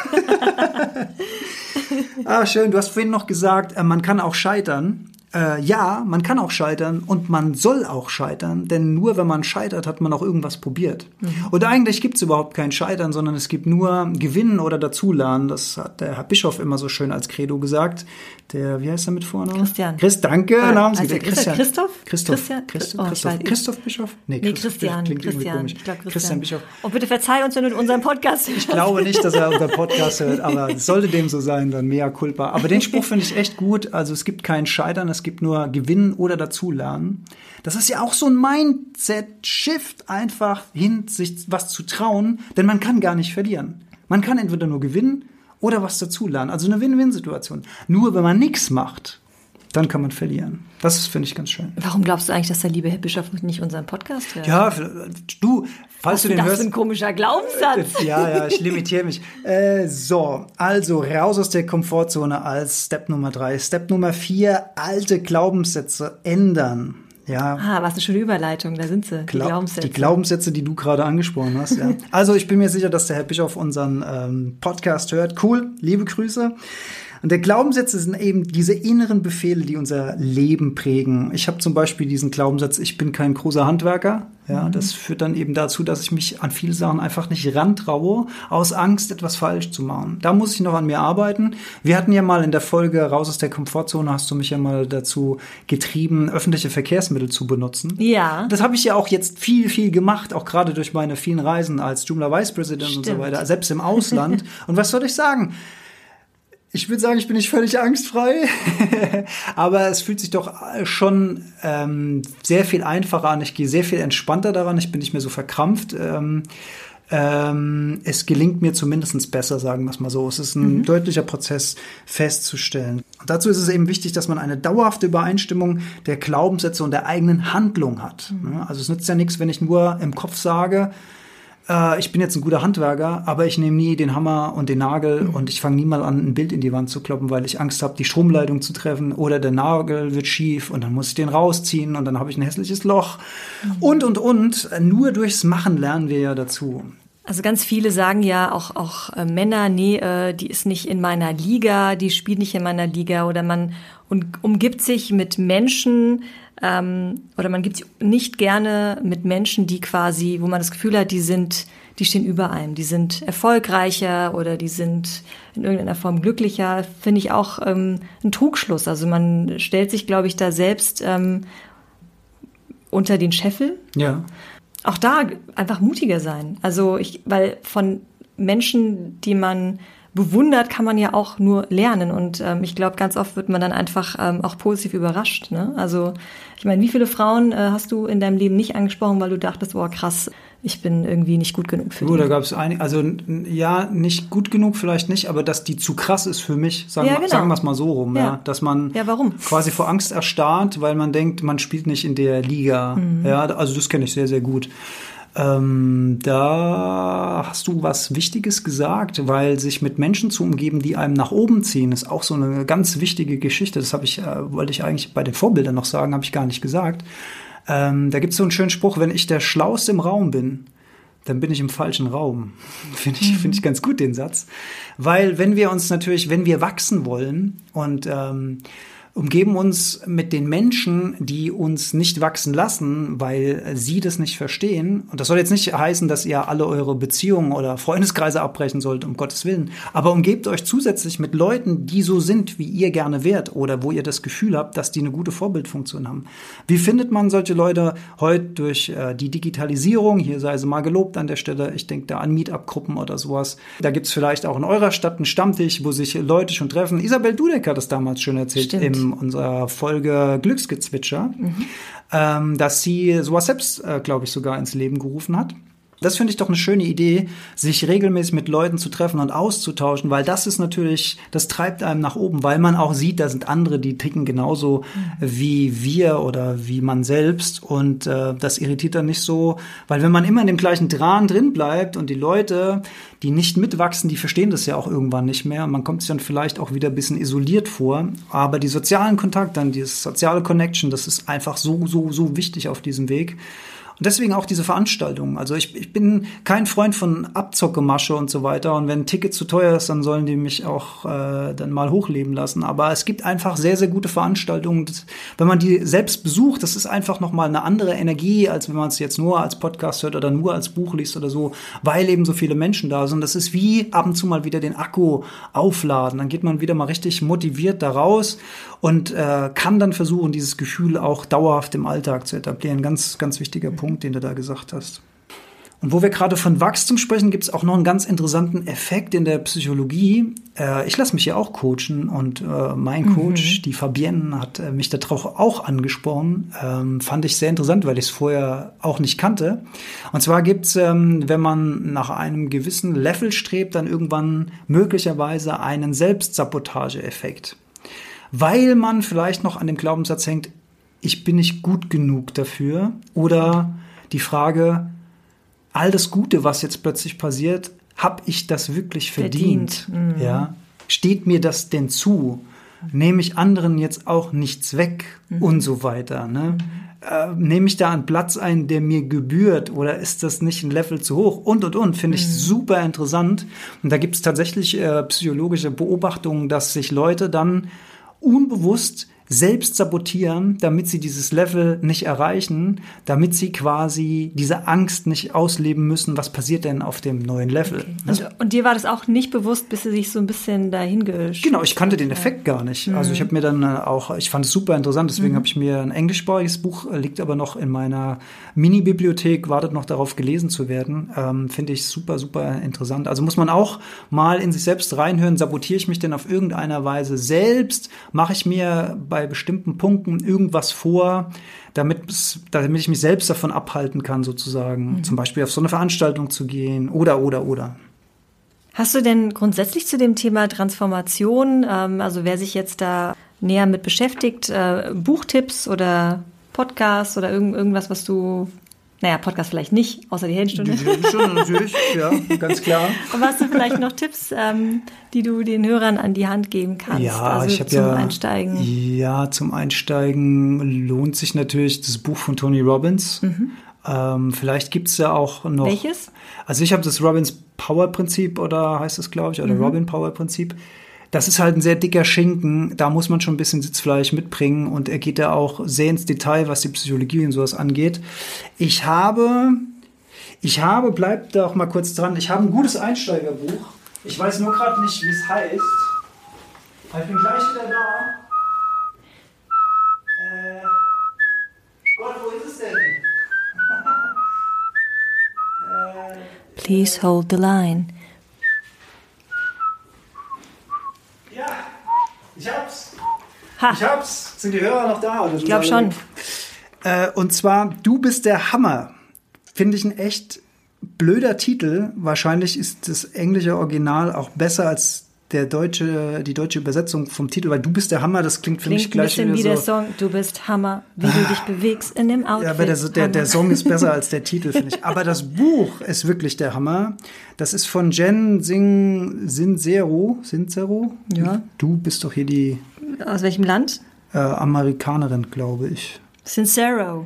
Schön, du hast vorhin noch gesagt, man kann auch scheitern. Ja, man kann auch scheitern und man soll auch scheitern, denn nur wenn man scheitert, hat man auch irgendwas probiert. Und eigentlich gibt es überhaupt kein Scheitern, sondern es gibt nur Gewinnen oder Dazulernen. Das hat der Herr Bischof immer so schön als Credo gesagt. Wie heißt er mit Vornamen? Christian. Danke. Christian. Christoph Bischof? Nee, Christian. Klingt irgendwie Christian. komisch. Ich glaube, Christian Bischof. Oh, bitte verzeih uns, wenn du unseren Podcast hörst. Ich glaube nicht, dass er unseren Podcast hört, aber es sollte dem so sein, dann mea culpa. Aber den Spruch finde ich echt gut. Also es gibt kein Scheitern, es gibt nur Gewinnen oder Dazulernen. Das ist ja auch so ein Mindset-Shift, einfach sich was zu trauen, denn man kann gar nicht verlieren. Man kann entweder nur gewinnen oder was dazulernen. Also eine Win-Win-Situation. Nur wenn man nichts macht, dann kann man verlieren. Das finde ich ganz schön. Warum glaubst du eigentlich, dass der liebe Herr Bischof nicht unseren Podcast hört? Ja, du, falls du den hörst. Das ist ein komischer Glaubenssatz. Ja, ich limitiere mich. Also raus aus der Komfortzone als Step Nummer 3. Step Nummer 4, alte Glaubenssätze ändern. Ja. Was eine schöne Überleitung, da sind sie, die Glaubenssätze. Die Glaubenssätze, die du gerade angesprochen hast, ja. Also ich bin mir sicher, dass der Herr Bischof unseren Podcast hört. Cool, liebe Grüße. Und der Glaubenssätze sind eben diese inneren Befehle, die unser Leben prägen. Ich habe zum Beispiel diesen Glaubenssatz, ich bin kein großer Handwerker. Ja, das führt dann eben dazu, dass ich mich an viele Sachen einfach nicht rantraue, aus Angst, etwas falsch zu machen. Da muss ich noch an mir arbeiten. Wir hatten ja mal in der Folge Raus aus der Komfortzone, hast du mich ja mal dazu getrieben, öffentliche Verkehrsmittel zu benutzen. Ja. Das habe ich ja auch jetzt viel gemacht, auch gerade durch meine vielen Reisen als Joomla Vice President und so weiter, selbst im Ausland. Und was soll ich sagen? Ich würde sagen, ich bin nicht völlig angstfrei, aber es fühlt sich doch schon sehr viel einfacher an. Ich gehe sehr viel entspannter daran. Ich bin nicht mehr so verkrampft. Es gelingt mir zumindest besser, sagen wir es mal so. Es ist ein deutlicher Prozess festzustellen. Und dazu ist es eben wichtig, dass man eine dauerhafte Übereinstimmung der Glaubenssätze und der eigenen Handlung hat. Also es nützt ja nichts, wenn ich nur im Kopf sage, ich bin jetzt ein guter Handwerker, aber ich nehme nie den Hammer und den Nagel und ich fange nie mal an, ein Bild in die Wand zu kloppen, weil ich Angst habe, die Stromleitung zu treffen oder der Nagel wird schief und dann muss ich den rausziehen und dann habe ich ein hässliches Loch und. Nur durchs Machen lernen wir ja dazu. Also ganz viele sagen ja auch Männer, nee, die ist nicht in meiner Liga, die spielt nicht in meiner Liga oder man umgibt sich mit Menschen oder man gibt sich nicht gerne mit Menschen, die quasi, wo man das Gefühl hat, die stehen über einem, die sind erfolgreicher oder die sind in irgendeiner Form glücklicher, finde ich auch ein Trugschluss. Also man stellt sich, glaube ich, da selbst unter den Scheffel. Ja. Auch da einfach mutiger sein. Also weil von Menschen, die man bewundert, kann man ja auch nur lernen. Und ich glaube, ganz oft wird man dann einfach auch positiv überrascht. Ne? Also ich meine, wie viele Frauen hast du in deinem Leben nicht angesprochen, weil du dachtest, boah krass, ich bin irgendwie nicht gut genug für die. Da gab es einige, also ja, nicht gut genug vielleicht nicht, aber dass die zu krass ist für mich, sagen wir es mal so rum, ja. Dass man warum? quasi vor Angst erstarrt, weil man denkt, man spielt nicht in der Liga. Ja, also das kenne ich sehr, sehr gut. Da hast du was Wichtiges gesagt, weil sich mit Menschen zu umgeben, die einem nach oben ziehen, ist auch so eine ganz wichtige Geschichte. Das wollte ich eigentlich bei den Vorbildern noch sagen, habe ich gar nicht gesagt. Da gibt es so einen schönen Spruch, wenn ich der Schlauste im Raum bin, dann bin ich im falschen Raum. Finde ich ganz gut, den Satz. Weil wenn wir wachsen wollen und umgeben uns mit den Menschen, die uns nicht wachsen lassen, weil sie das nicht verstehen. Und das soll jetzt nicht heißen, dass ihr alle eure Beziehungen oder Freundeskreise abbrechen sollt, um Gottes Willen. Aber umgebt euch zusätzlich mit Leuten, die so sind, wie ihr gerne wärt oder wo ihr das Gefühl habt, dass die eine gute Vorbildfunktion haben. Wie findet man solche Leute heute durch die Digitalisierung? Hier sei sie mal gelobt an der Stelle. Ich denke da an Meetup-Gruppen oder sowas. Da gibt's vielleicht auch in eurer Stadt einen Stammtisch, wo sich Leute schon treffen. Isabel Dudek hat das damals schon erzählt. In unserer Folge Glücksgezwitscher, dass sie sowas selbst, glaube ich, sogar ins Leben gerufen hat. Das finde ich doch eine schöne Idee, sich regelmäßig mit Leuten zu treffen und auszutauschen, weil das ist natürlich, das treibt einem nach oben, weil man auch sieht, da sind andere, die ticken genauso wie wir oder wie man selbst und das irritiert dann nicht so, weil wenn man immer in dem gleichen Drahn drin bleibt und die Leute, die nicht mitwachsen, die verstehen das ja auch irgendwann nicht mehr. Man kommt sich dann vielleicht auch wieder ein bisschen isoliert vor, aber die sozialen Kontakte, dann dieses soziale Connection, das ist einfach so wichtig auf diesem Weg. Und deswegen auch diese Veranstaltungen. Also ich bin kein Freund von Abzockemasche und so weiter. Und wenn ein Ticket zu teuer ist, dann sollen die mich auch dann mal hochleben lassen. Aber es gibt einfach sehr, sehr gute Veranstaltungen. Wenn man die selbst besucht, das ist einfach nochmal eine andere Energie, als wenn man es jetzt nur als Podcast hört oder nur als Buch liest oder so, weil eben so viele Menschen da sind. Das ist wie ab und zu mal wieder den Akku aufladen. Dann geht man wieder mal richtig motiviert da raus und kann dann versuchen, dieses Gefühl auch dauerhaft im Alltag zu etablieren. Ganz, ganz wichtiger Punkt, den du da gesagt hast. Und wo wir gerade von Wachstum sprechen, gibt es auch noch einen ganz interessanten Effekt in der Psychologie. Ich lasse mich ja auch coachen und mein Coach, die Fabienne, hat mich darauf auch angesprochen. Fand ich sehr interessant, weil ich es vorher auch nicht kannte. Und zwar gibt es, wenn man nach einem gewissen Level strebt, dann irgendwann möglicherweise einen Selbstsabotage-Effekt. Weil man vielleicht noch an dem Glaubenssatz hängt, ich bin nicht gut genug dafür. Oder die Frage, all das Gute, was jetzt plötzlich passiert, habe ich das wirklich verdient? Ja? Steht mir das denn zu? Nehme ich anderen jetzt auch nichts weg? Und so weiter. Ne? Nehme ich da einen Platz ein, der mir gebührt? Oder ist das nicht ein Level zu hoch? Und. Finde ich super interessant. Und da gibt es tatsächlich psychologische Beobachtungen, dass sich Leute dann unbewusst selbst sabotieren, damit sie dieses Level nicht erreichen, damit sie quasi diese Angst nicht ausleben müssen, was passiert denn auf dem neuen Level. Okay. Und dir war das auch nicht bewusst, bis du dich so ein bisschen dahin geschickt? Genau, ich kannte den Effekt gar nicht. Also ich habe mir dann ich fand es super interessant, deswegen habe ich mir ein englischsprachiges Buch, liegt aber noch in meiner Mini-Bibliothek, wartet noch darauf, gelesen zu werden. Finde ich super, super interessant. Also muss man auch mal in sich selbst reinhören, sabotiere ich mich denn auf irgendeiner Weise selbst? Mache ich mir bei bestimmten Punkten irgendwas vor, damit ich mich selbst davon abhalten kann, sozusagen, zum Beispiel auf so eine Veranstaltung zu gehen oder. Hast du denn grundsätzlich zu dem Thema Transformation, also wer sich jetzt da näher mit beschäftigt, Buchtipps oder Podcasts oder irgendwas, was du... Naja, Podcast vielleicht nicht, außer die Heldenstunde. Die Heldenstunde natürlich, ja, ganz klar. Und hast du vielleicht noch Tipps, die du den Hörern an die Hand geben kannst? Ja, also ich habe zum Einsteigen. Ja, zum Einsteigen lohnt sich natürlich das Buch von Tony Robbins. Vielleicht gibt's ja auch noch... Welches? Also ich habe das Robbins Power Prinzip, oder heißt es, glaube ich, oder Robin Power Prinzip. Das ist halt ein sehr dicker Schinken, da muss man schon ein bisschen Sitzfleisch mitbringen und er geht da auch sehr ins Detail, was die Psychologie und sowas angeht. Ich habe, bleibt da auch mal kurz dran, ich habe ein gutes Einsteigerbuch. Ich weiß nur gerade nicht, wie es heißt. Aber ich bin gleich wieder da. Gott, wo ist es denn? Please hold the line. Ich hab's. Sind die Hörer noch da? Ich glaube schon. Und zwar, Du bist der Hammer. Finde ich ein echt blöder Titel. Wahrscheinlich ist das englische Original auch besser als die deutsche Übersetzung vom Titel, weil Du bist der Hammer, das klingt für mich gleich wieder so. Ein bisschen wie der Song, Du bist Hammer, wie du dich bewegst in dem Outfit. Ja, aber der Song ist besser als der Titel, finde ich. Aber das Buch ist wirklich der Hammer. Das ist von Jen Sincero. Ja. Du bist doch hier die... Aus welchem Land? Amerikanerin, glaube ich. Sincero.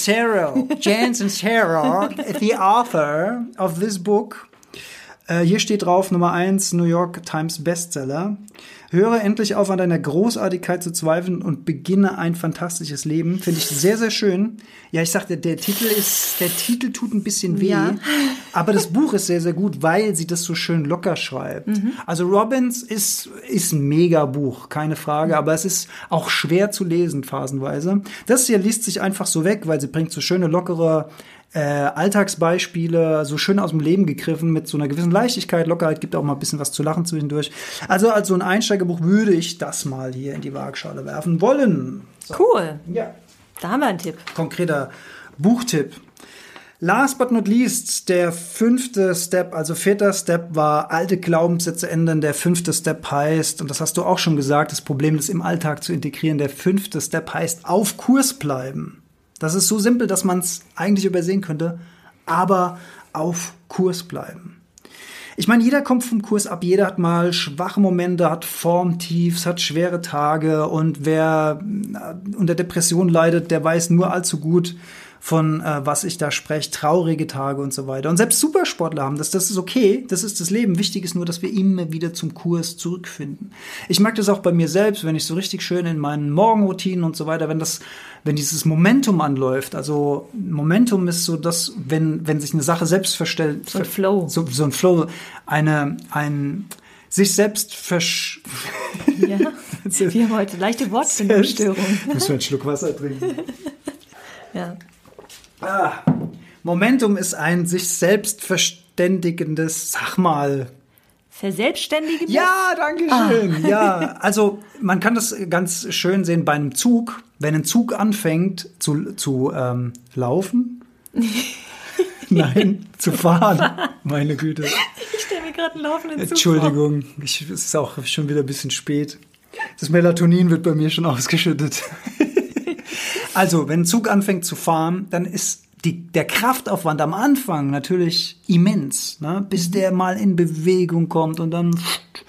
Jen Sincero, the author of this book. Hier steht drauf, Nummer 1, New York Times Bestseller. Höre endlich auf, an deiner Großartigkeit zu zweifeln und beginne ein fantastisches Leben. Finde ich sehr, sehr schön. Ja, ich sagte, der Titel tut ein bisschen weh. Ja. Aber das Buch ist sehr, sehr gut, weil sie das so schön locker schreibt. Mhm. Also Robbins ist ein mega Buch, keine Frage. Aber es ist auch schwer zu lesen, phasenweise. Das hier liest sich einfach so weg, weil sie bringt so schöne, lockere Alltagsbeispiele, so schön aus dem Leben gegriffen, mit so einer gewissen Leichtigkeit, Lockerheit, gibt auch mal ein bisschen was zu lachen zwischendurch. Also als so ein Einsteigerbuch würde ich das mal hier in die Waagschale werfen wollen. So. Cool. Ja. Da haben wir einen Tipp. Konkreter Buchtipp. Last but not least, der 5. Step, also 4. Step war alte Glaubenssätze ändern, der 5. Step heißt, und das hast du auch schon gesagt, das Problem, das im Alltag zu integrieren, der 5. Step heißt, auf Kurs bleiben. Das ist so simpel, dass man es eigentlich übersehen könnte, aber auf Kurs bleiben. Ich meine, jeder kommt vom Kurs ab, jeder hat mal schwache Momente, hat Formtiefs, hat schwere Tage und wer unter Depression leidet, der weiß nur allzu gut, von was ich da spreche, traurige Tage und so weiter. Und selbst Supersportler haben das ist okay, das ist das Leben. Wichtig ist nur, dass wir immer wieder zum Kurs zurückfinden. Ich mag das auch bei mir selbst, wenn ich so richtig schön in meinen Morgenroutinen und so weiter, wenn dieses Momentum anläuft. Also Momentum ist so, dass wenn sich eine Sache selbst verstellt. So ein Flow. So ein Flow, ein sich selbst Ja, wir haben heute leichte Wortfindungsstörung. Müssen wir einen Schluck Wasser trinken. Ja. Momentum ist ein sich selbst verständigendes, sag mal. Verselbstständigendes? Ja, danke schön. Ja, also man kann das ganz schön sehen bei einem Zug. Wenn ein Zug anfängt zu laufen, nein, zu fahren, meine Güte. Ich stelle mir gerade einen laufenden Zug Entschuldigung, es ist auch schon wieder ein bisschen spät. Das Melatonin wird bei mir schon ausgeschüttet. Also, wenn ein Zug anfängt zu fahren, dann ist der Kraftaufwand am Anfang natürlich immens, ne? Bis der mal in Bewegung kommt und dann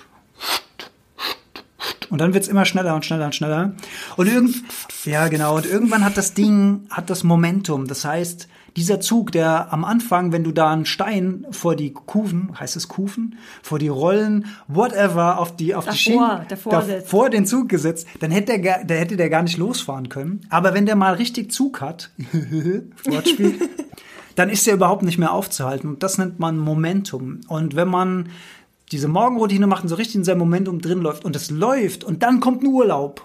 wird's immer schneller und schneller und schneller. Und irgendwann hat das Momentum. Das heißt, dieser Zug, der am Anfang, wenn du da einen Stein vor die Kufen, heißt es Kufen, vor die Rollen, whatever, auf die Schienen, vor den Zug gesetzt, dann hätte der gar nicht losfahren können. Aber wenn der mal richtig Zug hat, Wortspiel, dann ist der überhaupt nicht mehr aufzuhalten. Und das nennt man Momentum. Und wenn man diese Morgenroutine macht und so richtig in seinem Momentum drin läuft und es läuft und dann kommt ein Urlaub,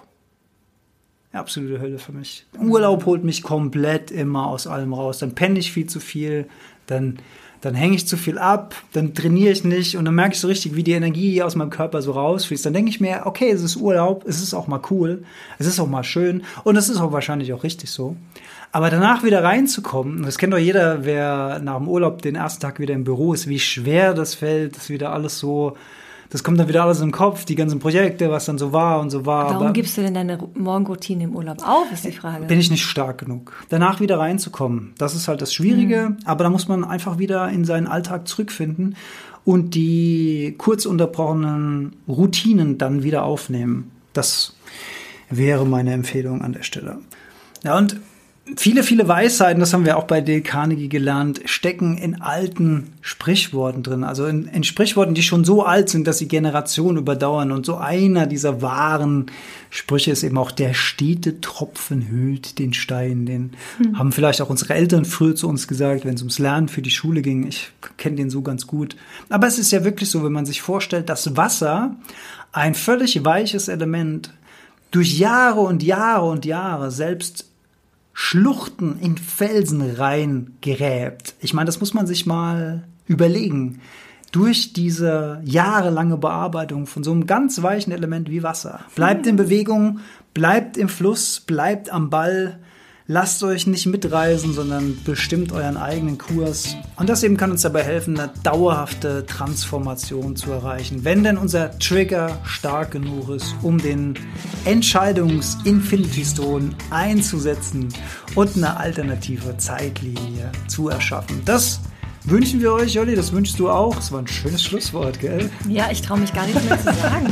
absolute Hölle für mich. Urlaub holt mich komplett immer aus allem raus. Dann penne ich viel zu viel, dann hänge ich zu viel ab, dann trainiere ich nicht und dann merke ich so richtig, wie die Energie aus meinem Körper so rausfließt. Dann denke ich mir, okay, es ist Urlaub, es ist auch mal cool, es ist auch mal schön und es ist auch wahrscheinlich auch richtig so. Aber danach wieder reinzukommen, das kennt doch jeder, wer nach dem Urlaub den ersten Tag wieder im Büro ist, wie schwer das fällt, das wieder alles so... Das kommt dann wieder alles im Kopf, die ganzen Projekte, was dann so war und so war. Warum gibst du denn deine Morgenroutine im Urlaub auf, ist die Frage. Bin ich nicht stark genug. Danach wieder reinzukommen, das ist halt das Schwierige. Aber da muss man einfach wieder in seinen Alltag zurückfinden und die kurz unterbrochenen Routinen dann wieder aufnehmen. Das wäre meine Empfehlung an der Stelle. Ja, und viele, viele Weisheiten, das haben wir auch bei Dale Carnegie gelernt, stecken in alten Sprichworten drin. Also in Sprichworten, die schon so alt sind, dass sie Generationen überdauern. Und so einer dieser wahren Sprüche ist eben auch, der stete Tropfen höhlt den Stein. Den haben vielleicht auch unsere Eltern früher zu uns gesagt, wenn es ums Lernen für die Schule ging. Ich kenne den so ganz gut. Aber es ist ja wirklich so, wenn man sich vorstellt, dass Wasser, ein völlig weiches Element, durch Jahre und Jahre und Jahre selbst Schluchten in Felsen rein gräbt. Ich meine, das muss man sich mal überlegen. Durch diese jahrelange Bearbeitung von so einem ganz weichen Element wie Wasser. Bleibt in Bewegung, bleibt im Fluss, bleibt am Ball. Lasst euch nicht mitreisen, sondern bestimmt euren eigenen Kurs. Und das eben kann uns dabei helfen, eine dauerhafte Transformation zu erreichen. Wenn denn unser Trigger stark genug ist, um den Entscheidungs-Infinity Stone einzusetzen und eine alternative Zeitlinie zu erschaffen. Das wünschen wir euch, Olli, das wünschst du auch. Das war ein schönes Schlusswort, gell? Ja, ich traue mich gar nicht mehr zu sagen.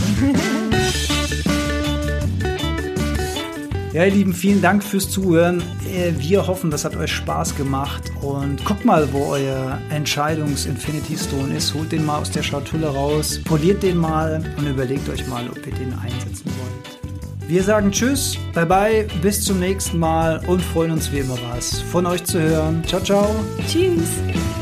Ja, ihr Lieben, vielen Dank fürs Zuhören. Wir hoffen, das hat euch Spaß gemacht. Und guckt mal, wo euer Entscheidungs-Infinity Stone ist. Holt den mal aus der Schatulle raus, poliert den mal und überlegt euch mal, ob ihr den einsetzen wollt. Wir sagen Tschüss, bye bye, bis zum nächsten Mal und freuen uns wie immer was von euch zu hören. Ciao, ciao. Tschüss.